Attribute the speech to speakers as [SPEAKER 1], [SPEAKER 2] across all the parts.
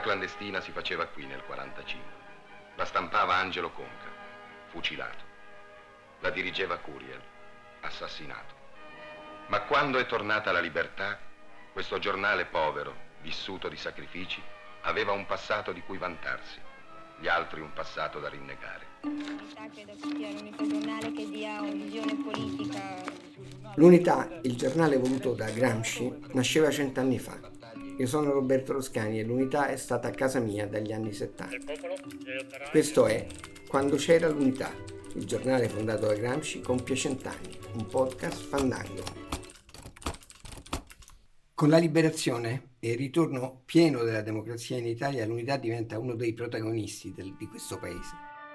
[SPEAKER 1] clandestina si faceva qui nel 45. La stampava Angelo Conca, fucilato. La dirigeva Curiel, assassinato. Ma quando è tornata la libertà, questo giornale povero, vissuto di sacrifici, aveva un passato di cui vantarsi, gli altri un passato da rinnegare.
[SPEAKER 2] L'Unità, il giornale voluto da Gramsci, nasceva 100 anni fa. Io sono Roberto Toscani e l'Unità è stata a casa mia dagli anni 70. Questo è Quando c'era l'Unità, il giornale fondato da Gramsci compie 100 anni, un podcast Fandango. Con la liberazione e il ritorno pieno della democrazia in Italia, l'Unità diventa uno dei protagonisti di questo paese.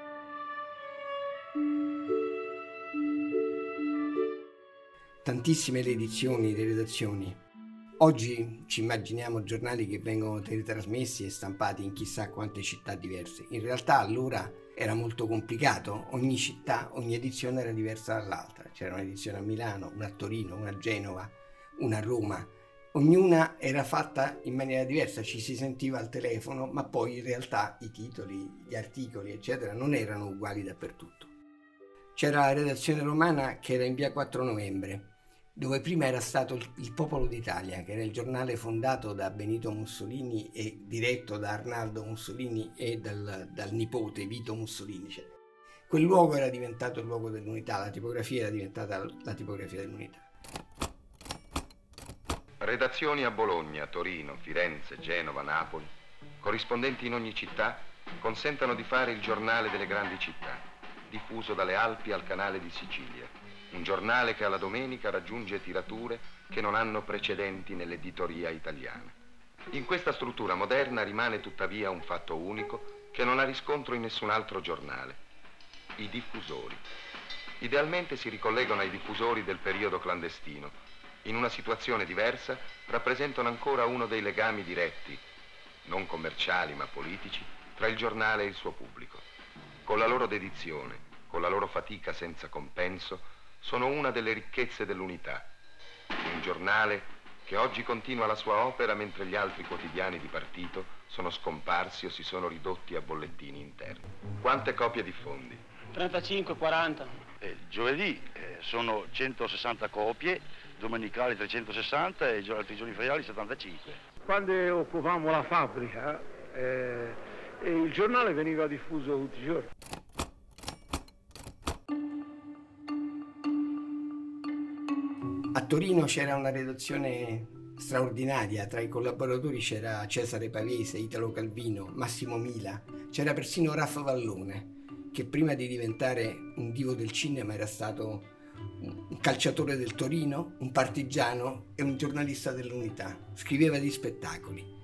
[SPEAKER 2] Tantissime le edizioni, le redazioni. Oggi ci immaginiamo giornali che vengono teletrasmessi e stampati in chissà quante città diverse. In realtà allora era molto complicato, ogni città, ogni edizione era diversa dall'altra. C'era un'edizione a Milano, una a Torino, una a Genova, una a Roma. Ognuna era fatta in maniera diversa, ci si sentiva al telefono, ma poi in realtà i titoli, gli articoli, eccetera, non erano uguali dappertutto. C'era la redazione romana che era in via 4 Novembre, dove prima era stato il Popolo d'Italia, che era il giornale fondato da Benito Mussolini e diretto da Arnaldo Mussolini e dal nipote Vito Mussolini. Cioè, quel luogo era diventato il luogo dell'Unità, la tipografia era diventata la tipografia dell'Unità.
[SPEAKER 1] Redazioni a Bologna, Torino, Firenze, Genova, Napoli, corrispondenti in ogni città, consentono di fare il giornale delle grandi città, diffuso dalle Alpi al canale di Sicilia. Un giornale che alla domenica raggiunge tirature che non hanno precedenti nell'editoria italiana. In questa struttura moderna rimane tuttavia un fatto unico che non ha riscontro in nessun altro giornale: i diffusori. Idealmente si ricollegano ai diffusori del periodo clandestino. In una situazione diversa rappresentano ancora uno dei legami diretti, non commerciali ma politici, tra il giornale e il suo pubblico. Con la loro dedizione, con la loro fatica senza compenso, sono una delle ricchezze dell'Unità. Un giornale che oggi continua la sua opera mentre gli altri quotidiani di partito sono scomparsi o si sono ridotti a bollettini interni. Quante copie diffondi?
[SPEAKER 3] 35, 40.
[SPEAKER 4] Giovedì sono 160 copie, domenicali 360 e altri giorni feriali 75.
[SPEAKER 5] Quando occupavamo la fabbrica, il giornale veniva diffuso tutti i giorni.
[SPEAKER 2] A Torino c'era una redazione straordinaria, tra i collaboratori c'era Cesare Pavese, Italo Calvino, Massimo Mila, c'era persino Raffa Vallone, che prima di diventare un divo del cinema era stato un calciatore del Torino, un partigiano e un giornalista dell'Unità, scriveva di spettacoli.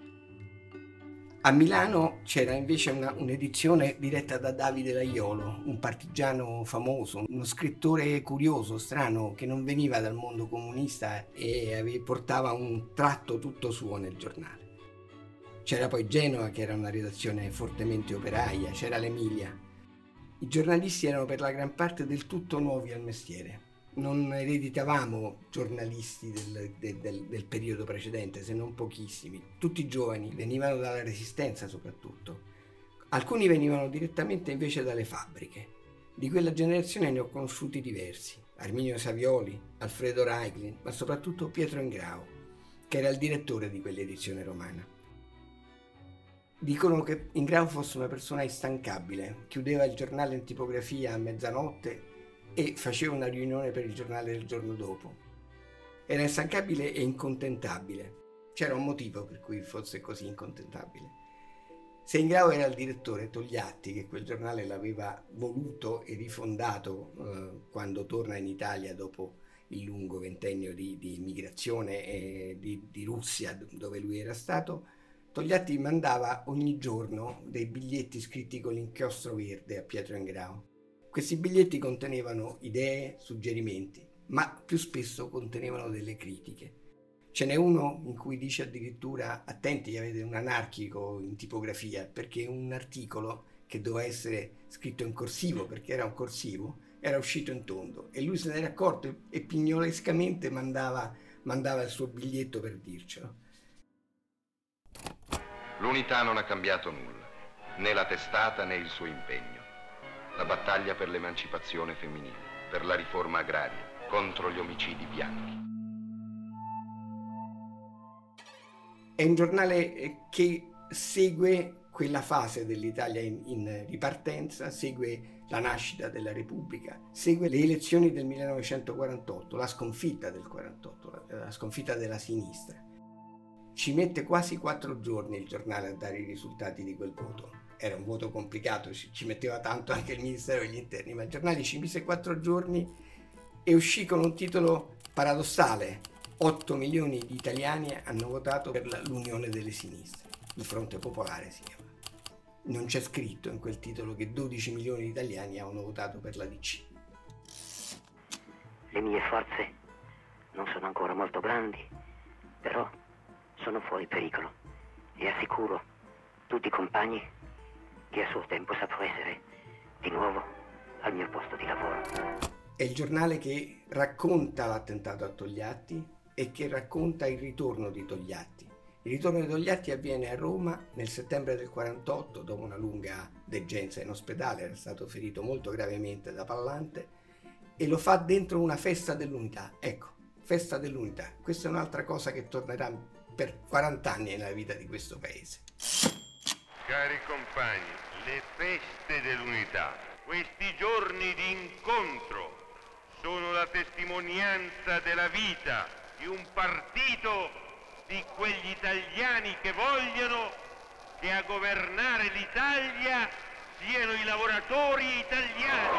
[SPEAKER 2] A Milano c'era invece un'edizione diretta da Davide Laiolo, un partigiano famoso, uno scrittore curioso, strano, che non veniva dal mondo comunista e portava un tratto tutto suo nel giornale. C'era poi Genova, che era una redazione fortemente operaia, c'era l'Emilia. I giornalisti erano per la gran parte del tutto nuovi al mestiere. Non ereditavamo giornalisti del periodo precedente, se non pochissimi. Tutti giovani, venivano dalla Resistenza soprattutto. Alcuni venivano direttamente invece dalle fabbriche. Di quella generazione ne ho conosciuti diversi. Arminio Savioli, Alfredo Raiklin, ma soprattutto Pietro Ingrao, che era il direttore di quell'edizione romana. Dicono che Ingrao fosse una persona instancabile, chiudeva il giornale in tipografia a mezzanotte e faceva una riunione per il giornale del giorno dopo. Era instancabile e incontentabile. C'era un motivo per cui fosse così incontentabile. Se Ingrao era il direttore, Togliatti, che quel giornale l'aveva voluto e rifondato quando torna in Italia dopo il lungo ventennio di migrazione di Russia, dove lui era stato, Togliatti mandava ogni giorno dei biglietti scritti con l'inchiostro verde a Pietro Ingrao. Questi biglietti contenevano idee, suggerimenti, ma più spesso contenevano delle critiche. Ce n'è uno in cui dice addirittura: attenti, avete un anarchico in tipografia, perché un articolo che doveva essere scritto in corsivo, perché era un corsivo, era uscito in tondo e lui se n'era accorto e pignolescamente mandava il suo biglietto per dircelo.
[SPEAKER 1] L'unità non ha cambiato nulla, né la testata né il suo impegno. La battaglia per l'emancipazione femminile, per la riforma agraria, contro gli omicidi bianchi.
[SPEAKER 2] È un giornale che segue quella fase dell'Italia in ripartenza, segue la nascita della Repubblica, segue le elezioni del 1948, la sconfitta del 48, la sconfitta della sinistra. Ci mette quasi 4 giorni il giornale a dare i risultati di quel voto. Era un voto complicato, ci metteva tanto anche il Ministero degli Interni, ma il giornale ci mise 4 giorni e uscì con un titolo paradossale: 8 milioni di italiani hanno votato per l'Unione delle Sinistre, il Fronte Popolare si chiama. Non c'è scritto in quel titolo che 12 milioni di italiani hanno votato per la DC.
[SPEAKER 6] Le mie forze non sono ancora molto grandi, però sono fuori pericolo e assicuro tutti i compagni che a suo tempo saprò essere di nuovo al mio posto di lavoro.
[SPEAKER 2] È il giornale che racconta l'attentato a Togliatti e che racconta il ritorno di Togliatti. Il ritorno di Togliatti avviene a Roma nel settembre del 48, dopo una lunga degenza in ospedale, era stato ferito molto gravemente da Pallante, e lo fa dentro una festa dell'unità. Ecco, festa dell'unità. Questa è un'altra cosa che tornerà per 40 anni nella vita di questo paese.
[SPEAKER 7] Cari compagni, le feste dell'unità, questi giorni di incontro, sono la testimonianza della vita di un partito, di quegli italiani che vogliono che a governare l'Italia siano i lavoratori italiani.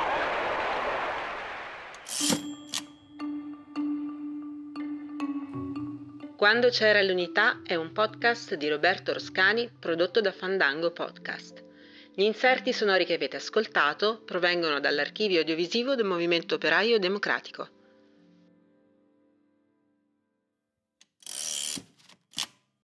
[SPEAKER 8] Quando c'era l'unità è un podcast di Roberto Roscani prodotto da Fandango Podcast. Gli inserti sonori che avete ascoltato provengono dall'archivio audiovisivo del Movimento Operaio Democratico.